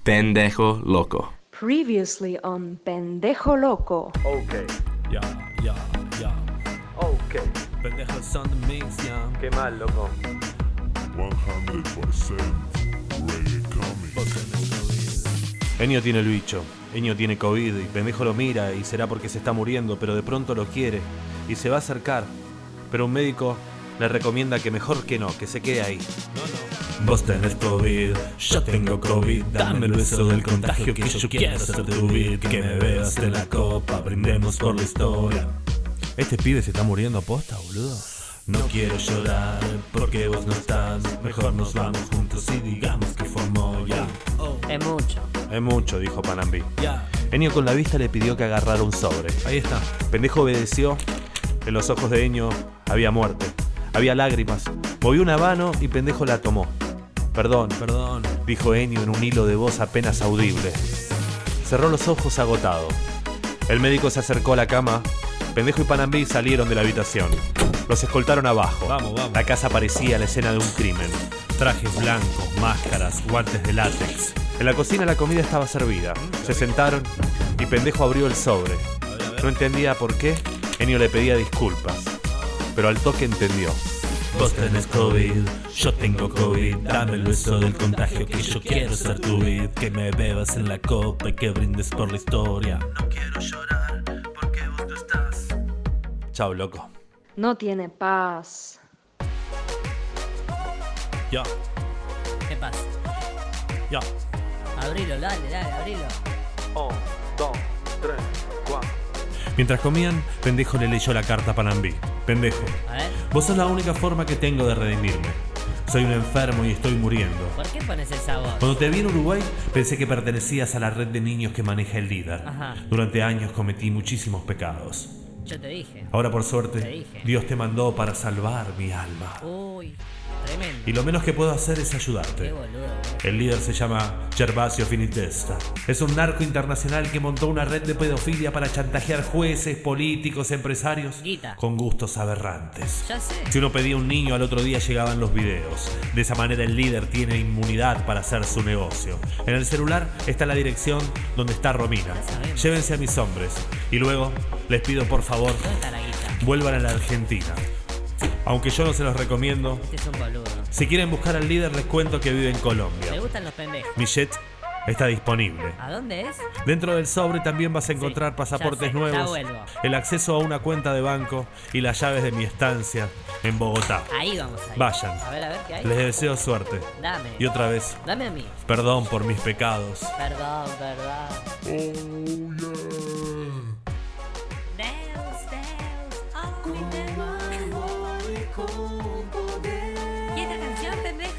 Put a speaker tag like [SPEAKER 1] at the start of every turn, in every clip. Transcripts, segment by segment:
[SPEAKER 1] Pendejo Loco.
[SPEAKER 2] Previously on Pendejo Loco.
[SPEAKER 3] Ok,
[SPEAKER 4] Ya.
[SPEAKER 3] ok.
[SPEAKER 4] Pendejos son the mix, ya.
[SPEAKER 3] Qué mal, loco.
[SPEAKER 5] 100% reggae coming.
[SPEAKER 4] Enio tiene el bicho, Enio tiene COVID y pendejo lo mira y será porque se está muriendo, pero de pronto lo quiere y se va a acercar. Pero un médico le recomienda que mejor que no, que se quede ahí. Vos tenés COVID, yo tengo COVID, dame el beso del contagio que yo quiero ser tu beat, que me veas en la copa, brindemos por la historia. ¿Este pibe se está muriendo posta, boludo? No quiero llorar porque vos no estás, mejor nos vamos juntos y digamos que formó ya.
[SPEAKER 6] Es mucho.
[SPEAKER 4] Es mucho, dijo Panambi. Enio con la vista le pidió que agarrara un sobre. Ahí está. Pendejo obedeció. En los ojos de Enio había muerte, había lágrimas. Movió una mano y Pendejo la tomó. Perdón, dijo Enio en un hilo de voz apenas audible. Cerró los ojos agotado. El médico se acercó a la cama. Pendejo y Panambi salieron de la habitación. Los escoltaron abajo. Vamos. La casa parecía la escena de un crimen. Trajes blancos, máscaras, guantes de látex. En la cocina la comida estaba servida. Se sentaron y Pendejo abrió el sobre. No entendía por qué. Enio le pedía disculpas, pero al toque entendió. Vos tenés COVID, yo tengo COVID, dame el beso del contagio que yo quiero ser tu beat, que me bebas en la copa y que brindes por la historia. No quiero llorar porque vos no estás. Chao, loco.
[SPEAKER 2] No tiene paz.
[SPEAKER 4] Ya.
[SPEAKER 6] ¿Qué pasa? Abrilo, dale, abrilo.
[SPEAKER 3] 1, 2, 3, 4.
[SPEAKER 4] Mientras comían, Pendejo le leyó la carta a Panambi. Pendejo,
[SPEAKER 6] A ver,
[SPEAKER 4] vos sos la única forma que tengo de redimirme. Soy un enfermo y estoy muriendo.
[SPEAKER 6] ¿por qué pones esa voz?
[SPEAKER 4] Cuando te vi en Uruguay, pensé que pertenecías a la red de niños que maneja el líder.
[SPEAKER 6] Ajá.
[SPEAKER 4] Durante años cometí muchísimos pecados.
[SPEAKER 6] Yo te dije.
[SPEAKER 4] Ahora, por
[SPEAKER 6] Te
[SPEAKER 4] suerte,
[SPEAKER 6] dije.
[SPEAKER 4] Dios te mandó para salvar mi alma.
[SPEAKER 6] Uy, tremendo.
[SPEAKER 4] Y lo menos que puedo hacer es
[SPEAKER 6] Qué
[SPEAKER 4] ayudarte.
[SPEAKER 6] boludo, boludo.
[SPEAKER 4] El líder se llama Gervasio Finitesta. Es un narco internacional que montó una red de pedofilia para chantajear jueces, políticos, empresarios
[SPEAKER 6] Guita.
[SPEAKER 4] con gustos aberrantes.
[SPEAKER 6] Ya sé.
[SPEAKER 4] Si uno pedía un niño, al otro día llegaban los videos. De esa manera el líder tiene inmunidad para hacer su negocio. En el celular está la dirección donde está Romina.
[SPEAKER 6] sabemos.
[SPEAKER 4] Llévense a mis hombres. Y luego les pido por favor,
[SPEAKER 6] ¿Dónde está la guita?
[SPEAKER 4] vuelvan a la Argentina. Aunque yo no se los recomiendo.
[SPEAKER 6] Este es un boludo.
[SPEAKER 4] Si quieren buscar al líder, les cuento que vive en
[SPEAKER 6] Me
[SPEAKER 4] Colombia.
[SPEAKER 6] gustan los pendejos.
[SPEAKER 4] Mi jet está disponible.
[SPEAKER 6] ¿A dónde es?
[SPEAKER 4] Dentro del sobre también vas a encontrar
[SPEAKER 6] Sí,
[SPEAKER 4] pasaportes
[SPEAKER 6] ya sé,
[SPEAKER 4] nuevos,
[SPEAKER 6] ya vuelvo.
[SPEAKER 4] el acceso a una cuenta de banco y las llaves de mi estancia en Bogotá.
[SPEAKER 6] Ahí vamos a ir.
[SPEAKER 4] Vayan.
[SPEAKER 6] A ver, ¿qué hay?
[SPEAKER 4] Les deseo suerte.
[SPEAKER 6] Dame.
[SPEAKER 4] Y otra vez,
[SPEAKER 6] Dame a mí.
[SPEAKER 4] perdón por mis pecados.
[SPEAKER 6] Perdón.
[SPEAKER 5] Oh yeah.
[SPEAKER 6] ¿Y esta canción, pendejo?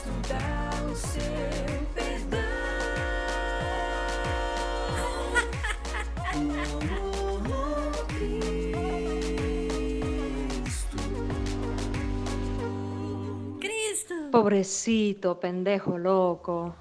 [SPEAKER 6] Cristo.
[SPEAKER 2] Pobrecito, pendejo loco.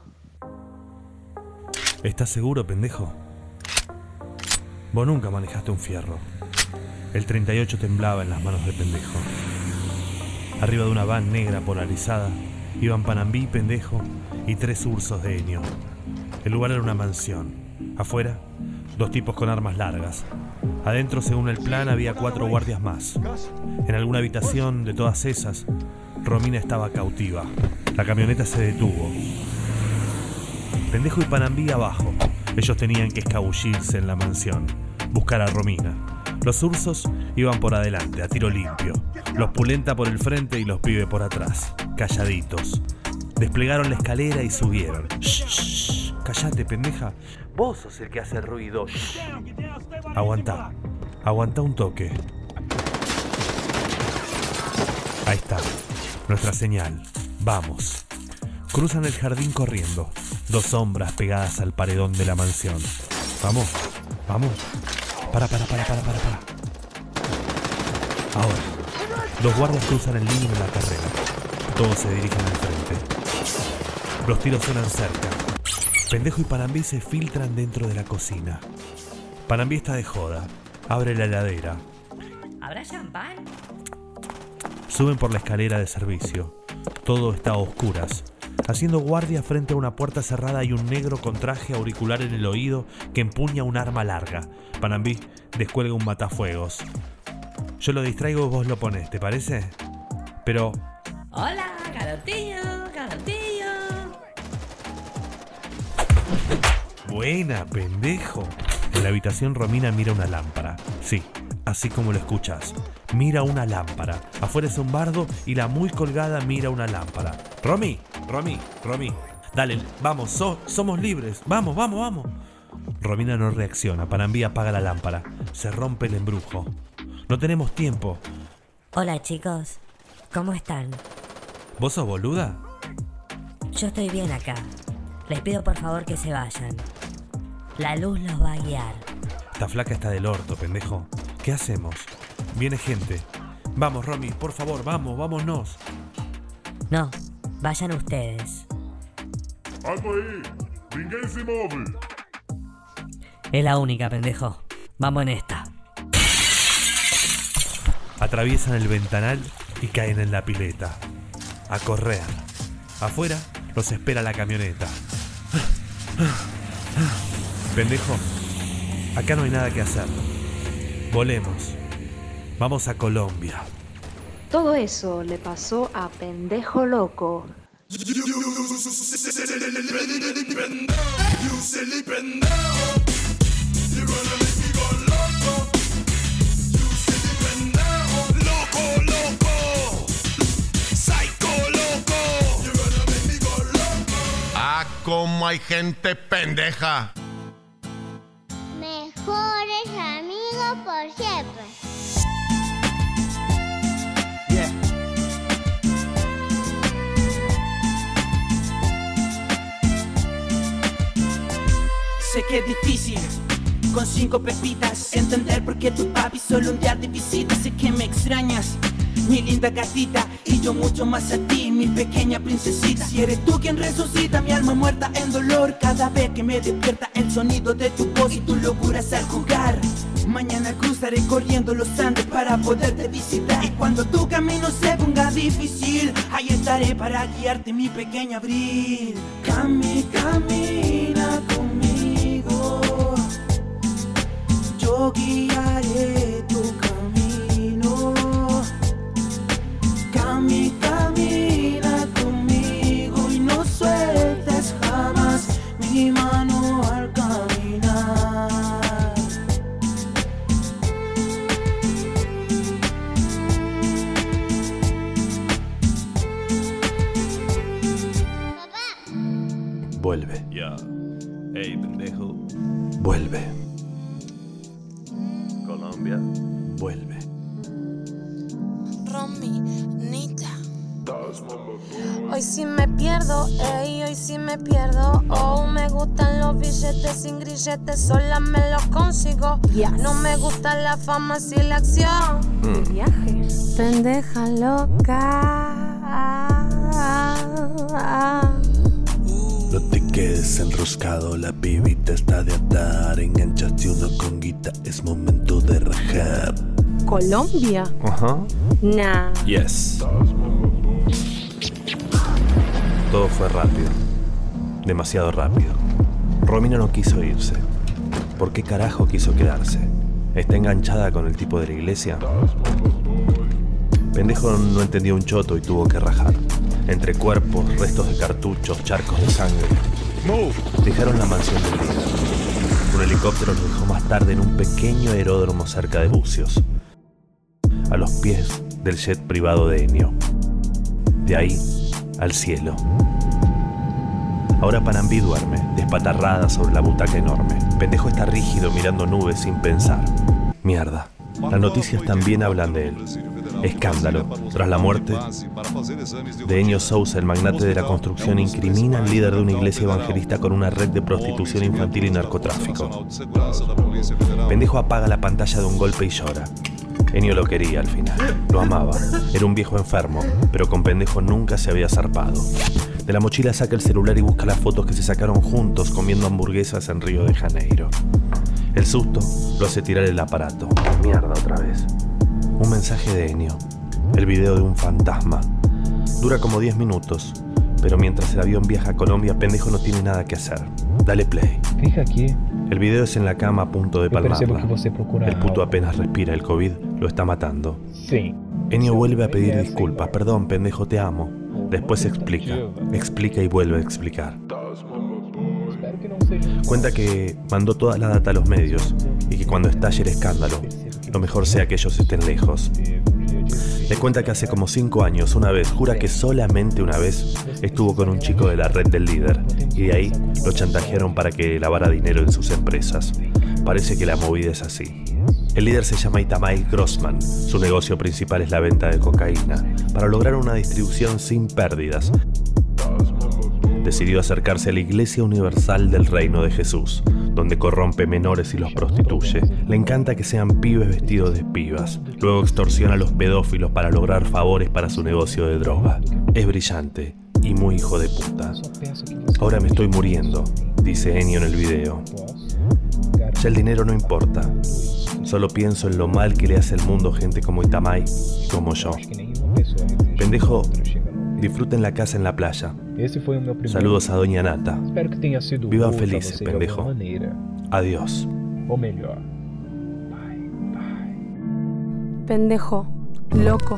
[SPEAKER 4] ¿Estás seguro, pendejo? Vos nunca manejaste un fierro. El 38 temblaba en las manos de Pendejo. Arriba de una van negra polarizada iban Panambi, Pendejo y 3 ursos de Enio. El lugar era una mansión. Afuera, 2 tipos con armas largas. Adentro, según el plan, había 4 guardias más. En alguna habitación de todas esas, Romina estaba cautiva. La camioneta se detuvo. Pendejo y Panambi abajo. Ellos tenían que escabullirse en la mansión, buscar a Romina. Los ursos iban por adelante, a tiro limpio. Los Pulenta por el frente y los Pibe por atrás, calladitos. Desplegaron la escalera y subieron. Shh, cállate, pendeja. Vos sos el que hace ruido. Shh. Aguantá un toque. Ahí está, nuestra señal. Vamos. Cruzan el jardín corriendo. 2 sombras pegadas al paredón de la mansión. Vamos. Para. Ahora, 2 guardias cruzan el límite de la carrera. Todos se dirigen al frente. Los tiros suenan cerca. Pendejo y Panambi se filtran dentro de la cocina. Panambi está de joda. Abre la heladera.
[SPEAKER 6] ¿Habrá champán?
[SPEAKER 4] Suben por la escalera de servicio. Todo está a oscuras. haciendo guardia frente a una puerta cerrada y un negro con traje auricular en el oído que empuña un arma larga. Panambí descuelga un matafuegos. Yo lo distraigo y vos lo ponés, ¿te parece? Pero...
[SPEAKER 6] Hola, Garotillo, Garotillo.
[SPEAKER 4] Buena, pendejo. En la habitación Romina mira una lámpara. Sí, así como lo escuchas. Mira una lámpara. Afuera es un bardo y la muy colgada mira una lámpara. Romy. Dale, vamos, somos libres. Vamos. Romina no reacciona. Panambí apaga la lámpara. Se rompe el embrujo. No tenemos tiempo.
[SPEAKER 1] Hola chicos, ¿cómo están?
[SPEAKER 4] ¿Vos sos boluda?
[SPEAKER 1] Yo estoy bien acá. Les pido por favor que se vayan. La luz los va a guiar.
[SPEAKER 4] Esta flaca está del orto, pendejo. ¿Qué hacemos? Viene gente. Vamos, Romy, por favor, vámonos.
[SPEAKER 1] No, vayan ustedes.
[SPEAKER 5] Alto aí! Ninguém se move!
[SPEAKER 6] Es la única, pendejo. Vamos en esta.
[SPEAKER 4] Atraviesan el ventanal y caen en la pileta. A correr. Afuera los espera la camioneta. Pendejo, acá no hay nada que hacer. Volemos. Vamos a Colombia.
[SPEAKER 2] Todo eso le pasó a Pendejo Loco.
[SPEAKER 5] Ah, como hay gente pendeja.
[SPEAKER 7] Mejores amigos por siempre.
[SPEAKER 8] Sé que es difícil, con 5 pepitas, entender por qué tu papi solo un día te visita. Sé que me extrañas, mi linda gatita, y yo mucho más a ti, mi pequeña princesita. Si eres tú quien resucita mi alma muerta en dolor, cada vez que me despierta el sonido de tu voz y tus locuras al jugar. Mañana cruzaré corriendo los Andes para poderte visitar, y cuando tu camino se ponga difícil, ahí estaré para guiarte, mi pequeña Abril. Camina conmigo, yo guiaré tu camino. Camina conmigo y no sueltes jamás mi mano al caminar.
[SPEAKER 7] Papá,
[SPEAKER 4] Vuelve.
[SPEAKER 3] Ya. Hey, pendejo.
[SPEAKER 4] Vuelve.
[SPEAKER 3] Colombia.
[SPEAKER 4] Vuelve.
[SPEAKER 9] Romy, Nita. Hoy sí me pierdo, hoy sí me pierdo. Oh, me gustan los billetes sin grilletes, sola me los consigo. No me gusta la fama sin la acción.
[SPEAKER 2] Viaje.
[SPEAKER 9] Pendeja loca.
[SPEAKER 10] No te quedes enroscado, la pibita está de atar. Enganchaste uno con guita, es momento de rajar.
[SPEAKER 9] ¿Colombia?
[SPEAKER 4] Ajá.
[SPEAKER 9] Nah.
[SPEAKER 4] Yes. Todo fue rápido. Demasiado rápido. Romina no quiso irse. ¿Por qué carajo quiso quedarse? ¿Está enganchada con el tipo de la iglesia? Pendejo no entendió un choto y tuvo que rajar. Entre cuerpos, restos de cartuchos, charcos de sangre. Dejaron la mansión del líder. Un helicóptero los dejó más tarde en un pequeño aeródromo cerca de Bucios, a los pies del jet privado de Ennio. De ahí al cielo. Ahora Panambí duerme, despatarrada sobre la butaca enorme. Pendejo está rígido mirando nubes sin pensar. Mierda. Las noticias también hablan de él. Escándalo. Tras la muerte de Ennio Sousa, el magnate de la construcción incrimina al líder de una iglesia evangelista con una red de prostitución infantil y narcotráfico. Pendejo apaga la pantalla de un golpe y llora. Ennio lo quería al final. Lo amaba. Era un viejo enfermo, pero con Pendejo nunca se había zarpado. De la mochila saca el celular y busca las fotos que se sacaron juntos comiendo hamburguesas en Río de Janeiro. El susto lo hace tirar el aparato. Mierda, otra vez. Un mensaje de Ennio. El video de un fantasma. Dura como 10 minutos. Pero mientras el avión viaja a Colombia, pendejo no tiene nada que hacer. Dale play.
[SPEAKER 11] Fica aquí.
[SPEAKER 4] El video es en la cama a punto de palmarla.
[SPEAKER 11] Que você procura
[SPEAKER 4] el puto
[SPEAKER 11] algo.
[SPEAKER 4] apenas respira, el COVID lo está matando.
[SPEAKER 11] Sí.
[SPEAKER 4] Ennio vuelve a pedir disculpas. Perdón, pendejo, te amo. Después explica y vuelve a explicar. Cuenta que mandó toda la data a los medios y que cuando estalle el escándalo, lo mejor sea que ellos estén lejos. Le cuenta que hace como 5 años, una vez, jura que solamente una vez, estuvo con un chico de la red del líder y de ahí lo chantajearon para que lavara dinero en sus empresas. Parece que la movida es así. El líder se llama Itamar Grossman. Su negocio principal es la venta de cocaína. Para lograr una distribución sin pérdidas, decidió acercarse a la Iglesia Universal del Reino de Jesús, donde corrompe menores y los prostituye. Le encanta que sean pibes vestidos de pibas. Luego extorsiona a los pedófilos para lograr favores para su negocio de droga. Es brillante y muy hijo de puta. Ahora me estoy muriendo, dice Ennio en el video. Ya el dinero no importa. Solo pienso en lo mal que le hace al mundo gente como Itamar y como yo. Pendejo, disfruten la casa en la playa. Saludos a Doña Nata. Vivan felices, pendejo. Adiós.
[SPEAKER 9] Pendejo, loco.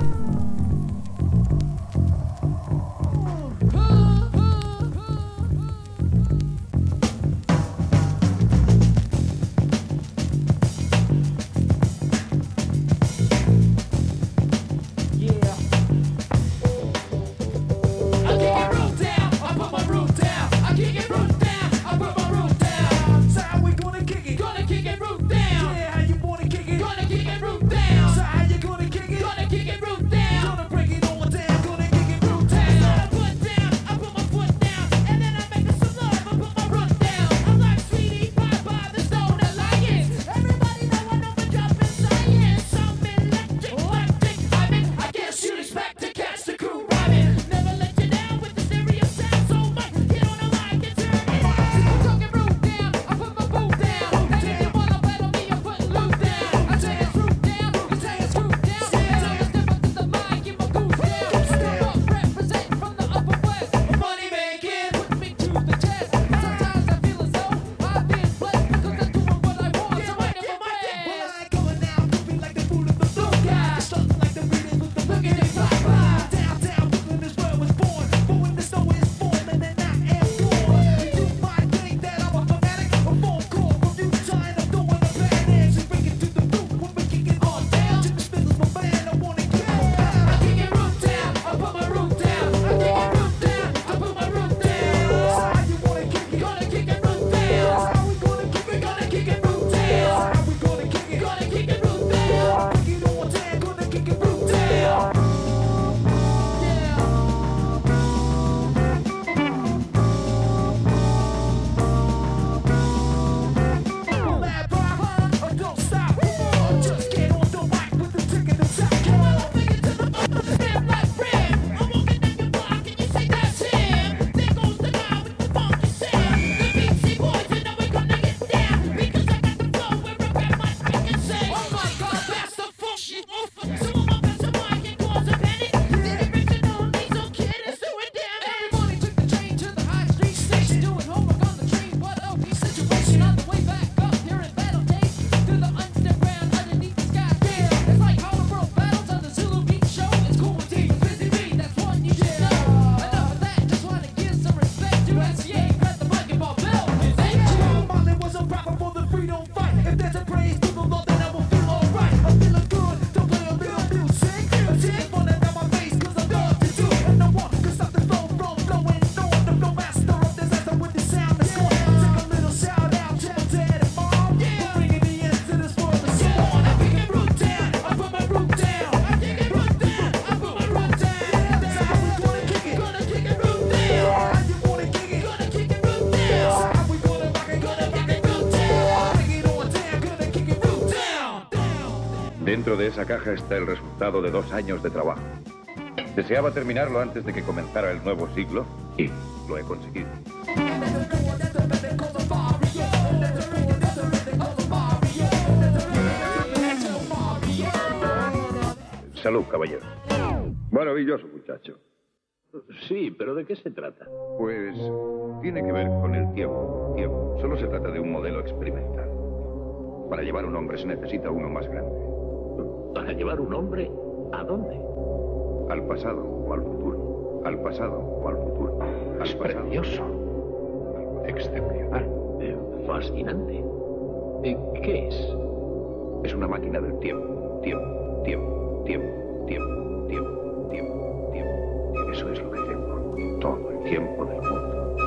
[SPEAKER 12] Dentro de esa caja está el resultado de 2 años de trabajo. Deseaba terminarlo antes de que comenzara el nuevo siglo y lo he conseguido. Salud, caballero. Maravilloso, muchacho.
[SPEAKER 11] Sí, pero ¿de qué se trata?
[SPEAKER 12] Pues tiene que ver con el tiempo. Solo se trata de un modelo experimental. Para llevar un hombre se necesita uno más grande.
[SPEAKER 11] ¿Para llevar un hombre a dónde?
[SPEAKER 12] Al pasado o al futuro. Al pasado o al futuro.
[SPEAKER 11] Es precioso.
[SPEAKER 12] Excepcional.
[SPEAKER 11] Fascinante. ¿Qué es?
[SPEAKER 12] Es una máquina del tiempo. Tiempo. Eso es lo que tengo. Todo el tiempo del mundo.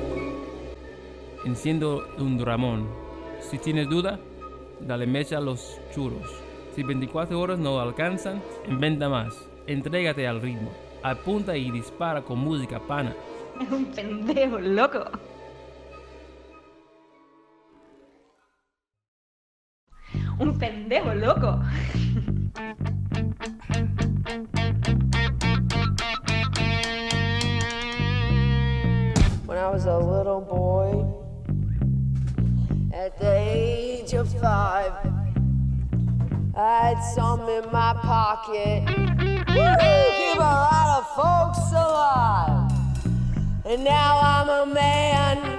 [SPEAKER 13] Enciendo un Ramón. Si tienes duda, dale mecha a los churros. Si 24 horas no alcanzan, inventa más. Entrégate al ritmo. Apunta y dispara con música pana.
[SPEAKER 2] Es un pendejo loco. Un pendejo loco.
[SPEAKER 14] When I was a little boy, at the age of 5, I had some in my pocket. Keep a lot of folks alive. And now I'm a man,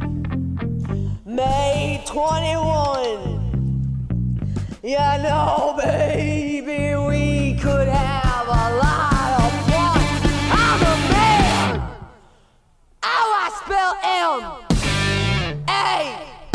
[SPEAKER 14] May 21. You know, baby, we could have a lot of fun. I'm a man. Oh, I spell M-A.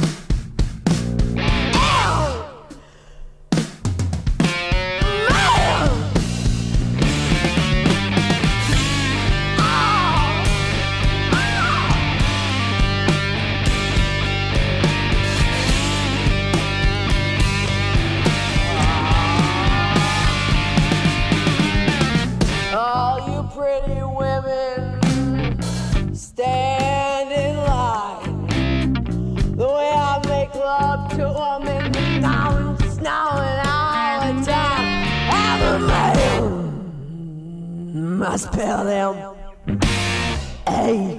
[SPEAKER 14] All you pretty women, stand in line. The way I make love to them in the snowing all the time. I'm a man. I spell them A.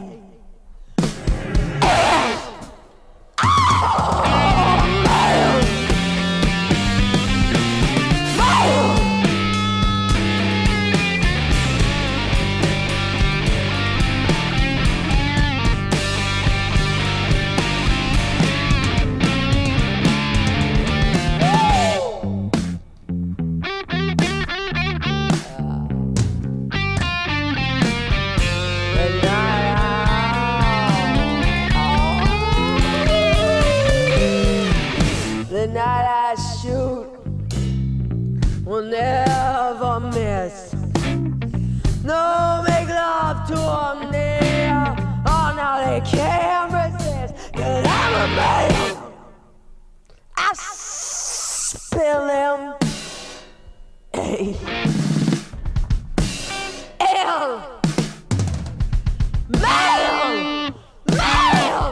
[SPEAKER 14] The night I shoot will never miss. No, make love to them near. Oh, no, they can't resist. 'Cause I'm a man. I spill them A-L. Man! Man!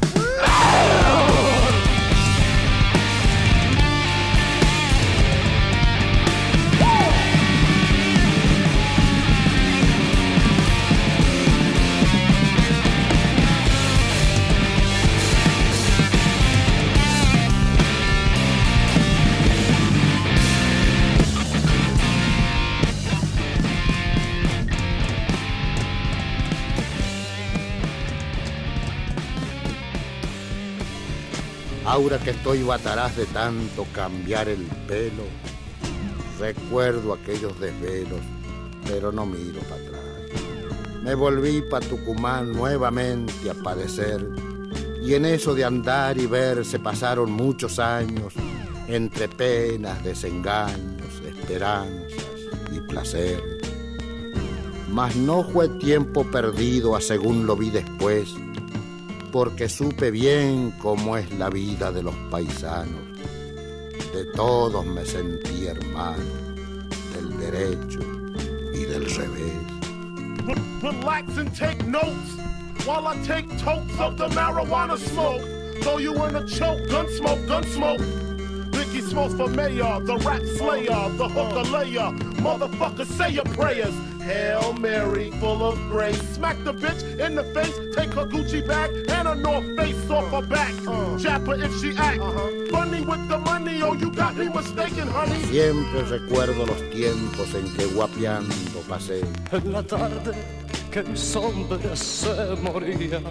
[SPEAKER 15] Ahora que estoy bataraz de tanto cambiar el pelo, recuerdo aquellos desvelos, pero no miro para atrás. Me volví pa' Tucumán nuevamente a padecer, y en eso de andar y ver se pasaron muchos años, entre penas, desengaños, esperanzas y placer. Mas no fue tiempo perdido a según lo vi después, porque supe bien cómo es la vida de los paisanos. De todos me sentí hermano, del derecho y del revés.
[SPEAKER 5] Relax and take notes while I take totes of the marijuana smoke. Throw you in a choke, gun smoke. Biggie smokes for mayor, the rap slayer, the hooker layer. Motherfucker, say your prayers. Hail Mary, full of grace. Smack the bitch in the face, take her Gucci bag and her North Face off her back. Jap her if she act funny with the money, oh you got me mistaken, honey.
[SPEAKER 15] Siempre recuerdo los tiempos en que guapeando pasé.
[SPEAKER 16] En la tarde que mis hombres se morían.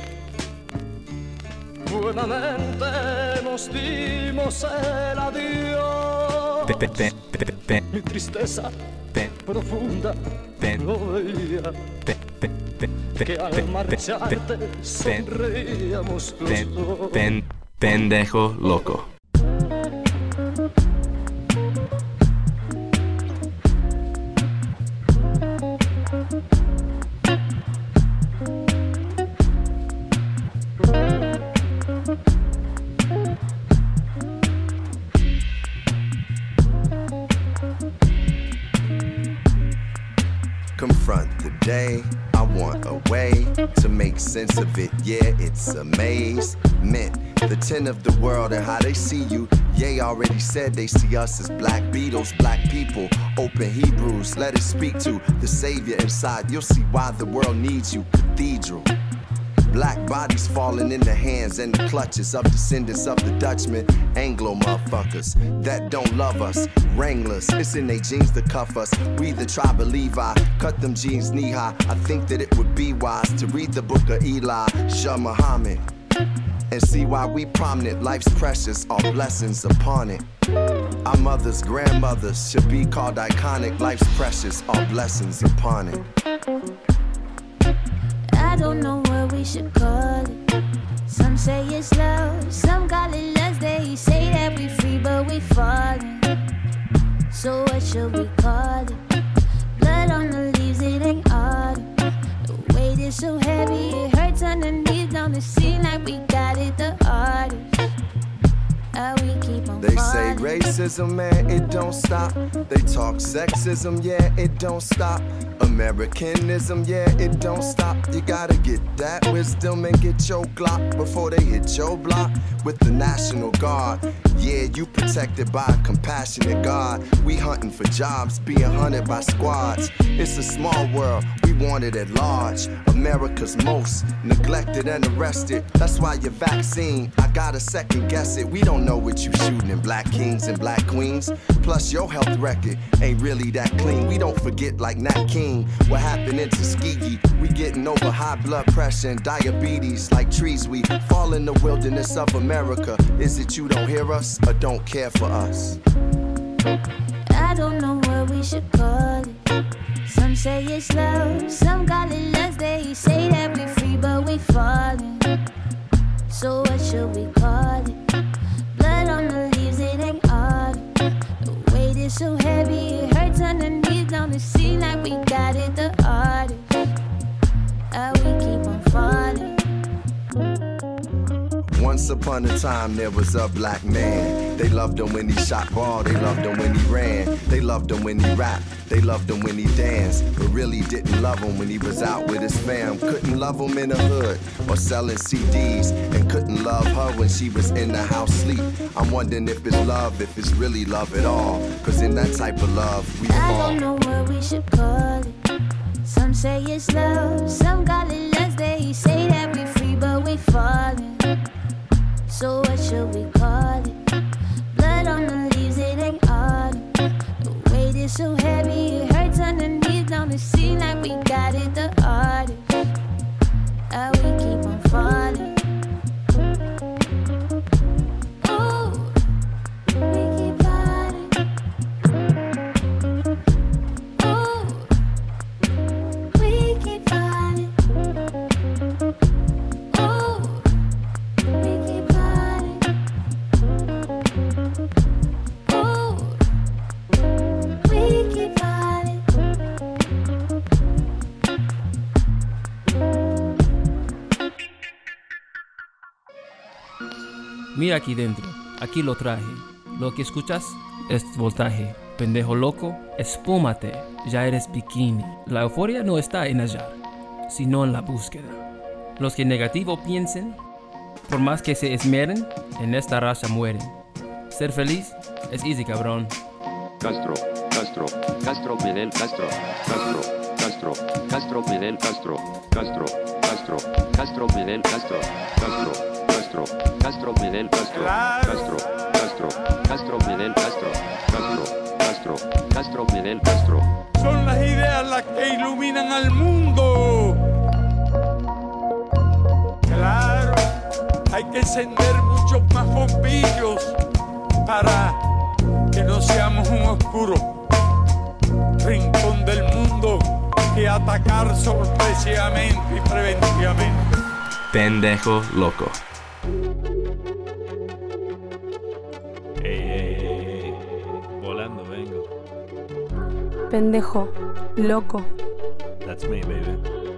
[SPEAKER 16] Buenamente nos dimos el adiós. Mi tristeza profunda lo veía, que al marcharte sonreíamos los dos.
[SPEAKER 17] Pendejo loco.
[SPEAKER 18] Confront the day, I want a way to make sense of it, yeah, it's a maze. Meant the 10 of the world and how they see you. Ye already said they see us as black Beatles, black people. Open Hebrews, let it speak to the Savior inside. You'll see why the world needs you. Cathedral. Black bodies falling in the hands and the clutches of descendants of the Dutchmen, Anglo motherfuckers that don't love us. Wranglers, it's in their genes to cuff us. We the tribe of Levi, cut them jeans knee high. I think that it would be wise to read the book of Eli, Shah Muhammad, and see why we prominent. Life's precious, all blessings upon it. Our mothers, grandmothers should be called iconic. Life's precious, all blessings upon it.
[SPEAKER 19] I don't know what we should call it. Some say it's love, some call it lust. They say that we free, but we falling. So what should we call it? Blood on the leaves, it ain't autumn. The weight is so heavy, it hurts underneath. Don't it seem like we got it, the artist? We keep on
[SPEAKER 18] they
[SPEAKER 19] falling.
[SPEAKER 18] say racism, man, it don't stop. They talk sexism, yeah, it don't stop. Americanism, yeah, it don't stop. You gotta get that wisdom and get your Glock before they hit your block with the National Guard. Yeah, you protected by a compassionate God. We hunting for jobs, being hunted by squads. It's a small world, we want it at large. America's most neglected and arrested. That's why your vaccine, I gotta second guess it. We don't know what you shooting in black kings and black queens. Plus your health record ain't really that clean. We don't forget like Nat King, what happened in Tuskegee. We getting over high blood pressure and diabetes like trees. We fall in the wilderness of America. Is it you don't hear us or don't care for us?
[SPEAKER 19] I don't know what we should call it. Some say it's love, some call it lust. They say that we free, but we falling. So what should we call it? Blood on the leaves, it ain't autumn. The weight is so heavy, it hurts underneath. Don't it seem like we got it, the artist? We keep on falling.
[SPEAKER 18] Once upon a time there was a black man. They loved him when he shot ball, they loved him when he ran. They loved him when he rapped, they loved him when he danced. But really didn't love him when he was out with his fam. Couldn't love him in the hood or selling CDs. And couldn't love her when she was in the house sleep. I'm wondering if it's love, if it's really love at all. Cause in that type of love we fall.
[SPEAKER 19] I don't know what we should call it. Some say it's love, some call it lust. They say that we free, but we falling. So what should we call it? Blood on the leaves, it ain't autumn. The weight is so heavy, it hurts underneath. Don't it seem like we got it, the artist? We keep on falling. Ooh, we keep falling. Ooh, we keep falling. Ooh, we keep falling. Ooh, we keep falling.
[SPEAKER 13] Mira aquí dentro, aquí lo traje. Lo que escuchas es voltaje. Pendejo loco, espúmate, ya eres bikini. La euforia no está en hallar, sino en la búsqueda. Los que negativo piensen, por más que se esmeren, en esta raza mueren. Ser feliz es easy, cabrón.
[SPEAKER 20] Castro, Castro, Castro, Fidel Castro, Castro, Castro, Castro, Fidel Castro, Castro, Castro, Castro, Fidel Castro, Castro, Castro, Castro, Fidel Castro, Castro, Castro, Castro, Fidel Castro, Castro, Castro, Castro, Fidel Castro.
[SPEAKER 21] Son las ideas las que iluminan al mundo. Hay que encender muchos más bombillos para que no seamos un oscuro rincón del mundo que atacar sorpresivamente y preventivamente.
[SPEAKER 17] Pendejo loco.
[SPEAKER 4] Volando vengo.
[SPEAKER 9] Pendejo loco.
[SPEAKER 4] That's me, baby.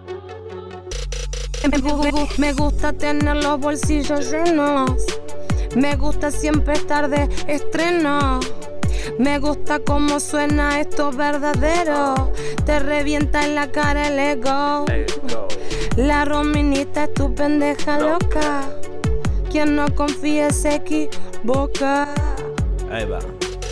[SPEAKER 9] Me gusta tener los bolsillos llenos. Me gusta siempre estar de estreno. Me gusta cómo suena esto verdadero. Te revienta en la cara el ego. La Rominita es tu pendeja loca. Quien no confía se equivoca.
[SPEAKER 4] Ahí va.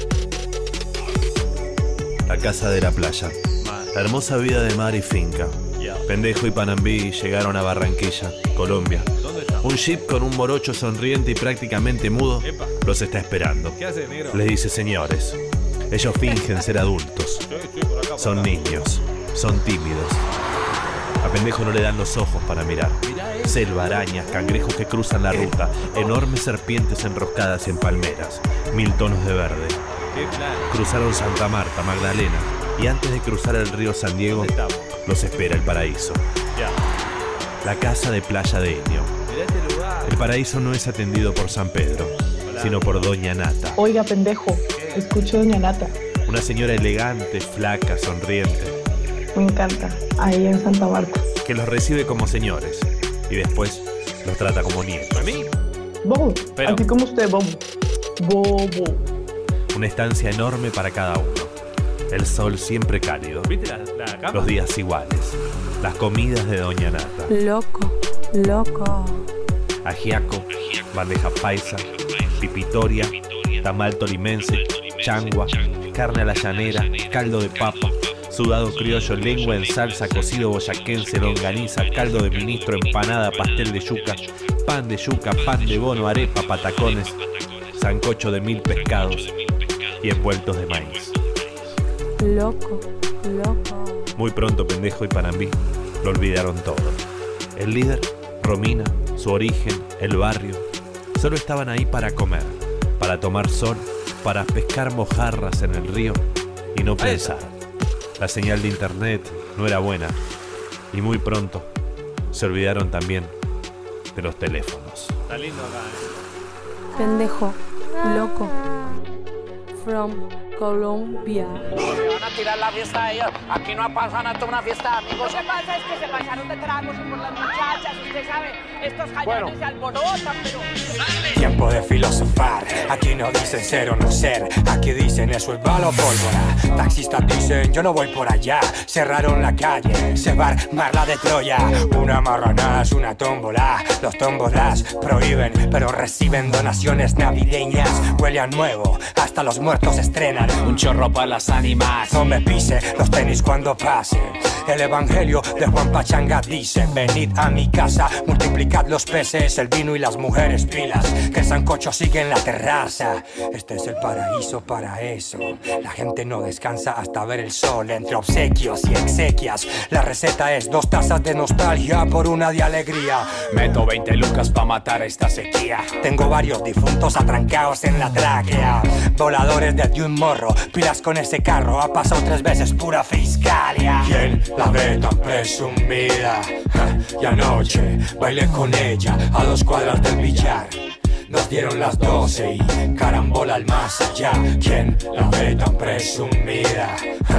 [SPEAKER 4] La casa de la playa. La hermosa vida de mar y finca. Pendejo y Panambí llegaron a Barranquilla, Colombia. Un jeep con un morocho sonriente y prácticamente mudo los está esperando.
[SPEAKER 3] ¿Qué hace, negro?
[SPEAKER 4] Les dice: señores, ellos fingen ser adultos. Son niños, son tímidos. A Pendejo no le dan los ojos para mirar. Selva, arañas, cangrejos que cruzan la ruta, enormes serpientes enroscadas en palmeras, 1000 tonos de verde. Cruzaron Santa Marta, Magdalena, y antes de cruzar el río San Diego, los espera el paraíso. La casa de playa de Enio. El paraíso no es atendido por San Pedro, sino por Doña Nata.
[SPEAKER 22] Oiga, pendejo, escucho a Doña Nata.
[SPEAKER 4] Una señora elegante, flaca, sonriente.
[SPEAKER 22] Me encanta, ahí en Santa Marta.
[SPEAKER 4] Que los recibe como señores y después los trata como nietos.
[SPEAKER 3] ¿A mí?
[SPEAKER 22] Bobo, así como usted, Bobo. Bobo.
[SPEAKER 4] Una estancia enorme para cada uno. El sol siempre cálido.
[SPEAKER 3] ¿Viste la cama?
[SPEAKER 4] Los días iguales. Las comidas de Doña Nata.
[SPEAKER 9] Loco, loco.
[SPEAKER 4] Ajiaco, bandeja paisa, pipitoria, tamal tolimense, changua, carne a la llanera, caldo de papa, sudado criollo, lengua en salsa, cocido boyaquense, longaniza, caldo de ministro, empanada, pastel de yuca, pan de bono, arepa, patacones, sancocho de 1000 pescados y envueltos de maíz.
[SPEAKER 9] Loco, loco.
[SPEAKER 4] Muy pronto Pendejo y Panambí lo olvidaron todo. El líder, Romina, su origen, el barrio, solo estaban ahí para comer, para tomar sol, para pescar mojarras en el río y no pensar. La señal de internet no era buena y muy pronto se olvidaron también de los teléfonos.
[SPEAKER 3] Está lindo acá,
[SPEAKER 9] Pendejo, loco. From Colombia.
[SPEAKER 23] Se van a tirar la fiesta a ellos. Aquí no pasa nada, una fiesta, amigos.
[SPEAKER 24] Lo que pasa es que se pasaron de tragos por las muchachas. Usted sabe, estos jayones se alborotan, pero...
[SPEAKER 25] Tiempo de filosofar. Aquí no dicen ser o no ser. Aquí dicen eso es bala o pólvora. Taxistas dicen yo no voy por allá. Cerraron la calle, se va a armar la de Troya. Una marranaz, una tómbola. Los tómbolas prohíben, pero reciben donaciones navideñas. Huele a nuevo, hasta los muertos estrenan.
[SPEAKER 26] Un chorro para las ánimas.
[SPEAKER 25] No me pise los tenis cuando pase. El evangelio de Juan Pachanga dice: venid a mi casa, multiplicad los peces, el vino y las mujeres pilas, que el sancocho sigue en la terraza. Este es el paraíso para eso. La gente no descansa hasta ver el sol. Entre obsequios y exequias, la receta es 2 tazas de nostalgia por 1 de alegría.
[SPEAKER 26] Meto 20 lucas pa' matar esta sequía.
[SPEAKER 25] Tengo varios difuntos atrancados en la tráquea. Voladores desde un morro, pilas con ese carro. Ha pasado 3 veces pura fiscalia. ¿Quién la ve tan presumida? Y anoche bailé con ella a 2 cuadras del billar. Nos dieron las 12 y carambola al más allá. ¿Quién la ve tan presumida?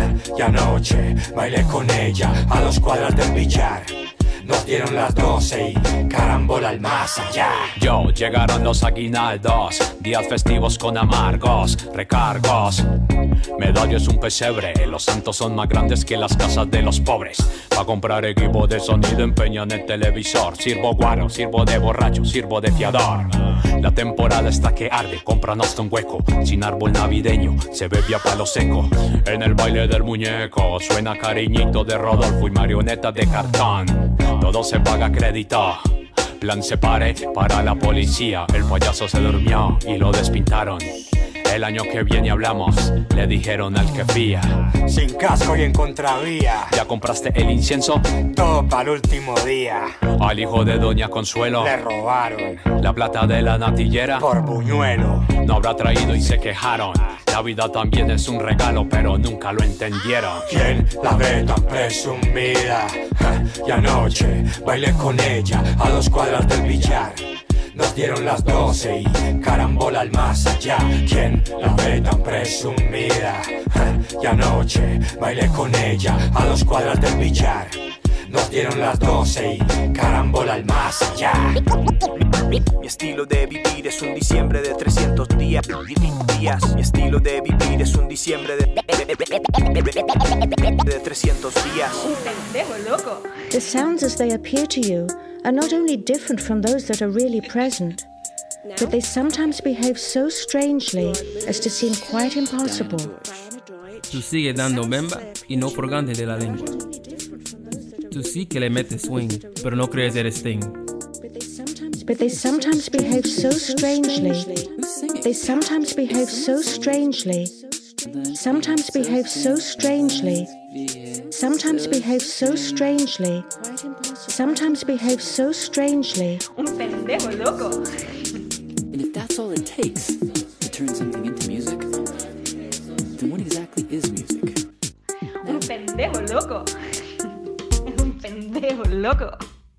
[SPEAKER 25] Y anoche bailé con ella a 2 cuadras del billar. Nos dieron las 12 y carambola al más allá.
[SPEAKER 26] Yo, llegaron los aguinaldos, días festivos con amargos, recargos. Medallo es un pesebre, los santos son más grandes que las casas de los pobres. Pa' comprar equipo de sonido empeñan el televisor. Sirvo guaro, sirvo de borracho, sirvo de fiador. La temporada está que arde, compran hasta un hueco. Sin árbol navideño, se bebe a palo seco. En el baile del muñeco, suena cariñito de Rodolfo y marioneta de cartón. Todo se paga a crédito. Plan se pare para la policía. El payaso se durmió y lo despintaron. El año que viene hablamos, le dijeron al que fía.
[SPEAKER 25] Sin casco y en contravía.
[SPEAKER 26] ¿Ya compraste el incienso?
[SPEAKER 25] Todo para el último día.
[SPEAKER 26] Al hijo de Doña Consuelo
[SPEAKER 25] le robaron
[SPEAKER 26] la plata de la natillera
[SPEAKER 25] por buñuelo.
[SPEAKER 26] No habrá traído y se quejaron. La vida también es un regalo, pero nunca lo entendieron.
[SPEAKER 25] ¿Quién la ve tan presumida? Y anoche bailé con ella a 2 cuadras del billar. Nos dieron las 12 y carambola al más allá. ¿Quién la ve tan presumida? Y anoche bailé con ella a 2 cuadras del billar. Nos dieron las 12 y carambola al más allá.
[SPEAKER 1] Mi estilo de vivir es un diciembre de 300 días. Mi estilo de vivir es un diciembre de 300 días.
[SPEAKER 2] Un pendejo loco.
[SPEAKER 6] The sounds as they appear to you are not only different from those that are really present, but they sometimes behave so strangely as to seem quite impossible.
[SPEAKER 13] Tú sigue dando bemba y no furgante de la lengua. Tú sí que le metes swing, pero no crees eres Sting.
[SPEAKER 6] But they sometimes behave so strangely. They sometimes behave so strangely. Sometimes behave so strangely. Sometimes behave so strangely. Sometimes behave so strangely.
[SPEAKER 2] Un pendejo loco.
[SPEAKER 7] And if that's all it takes to turn something into music, then what exactly is music?
[SPEAKER 2] Un pendejo loco. Un pendejo loco.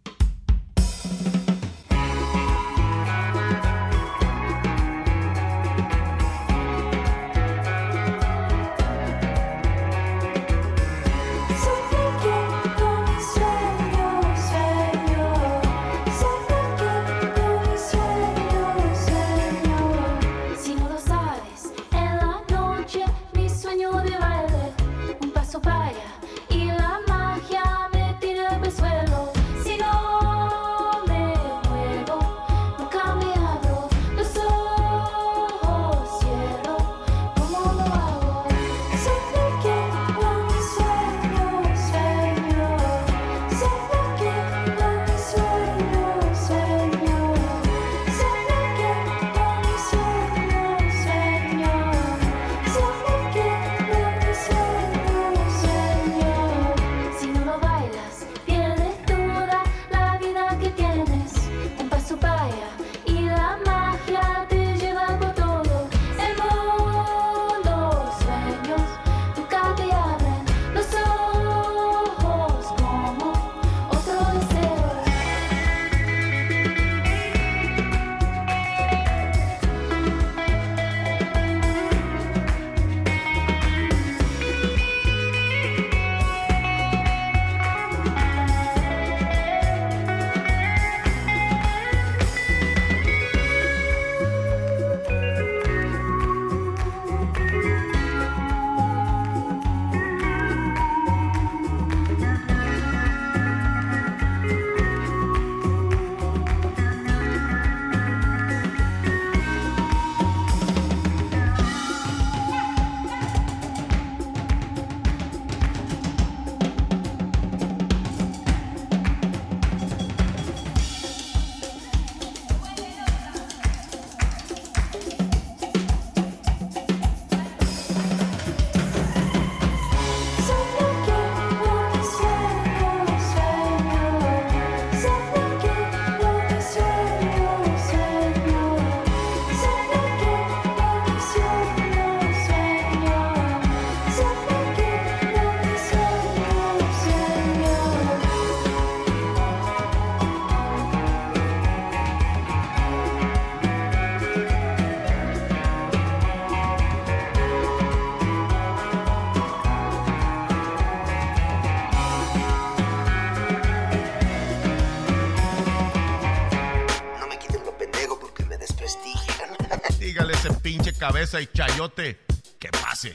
[SPEAKER 5] Dígale ese pinche cabeza y chayote que pase.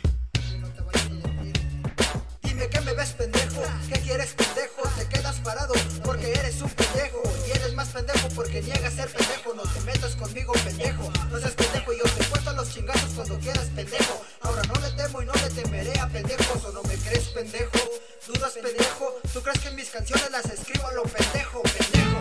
[SPEAKER 8] Dime que me ves pendejo, ¿qué quieres pendejo? Te quedas parado porque eres un pendejo. Y eres más pendejo porque niegas ser pendejo. No te metas conmigo pendejo, no seas pendejo. Yo te puesto los chingazos cuando quieras pendejo. Ahora no le temo y no le temeré a pendejos. ¿O no me crees pendejo? ¿Dudas pendejo? ¿Tú crees que mis canciones las escribo a lo pendejo, pendejo?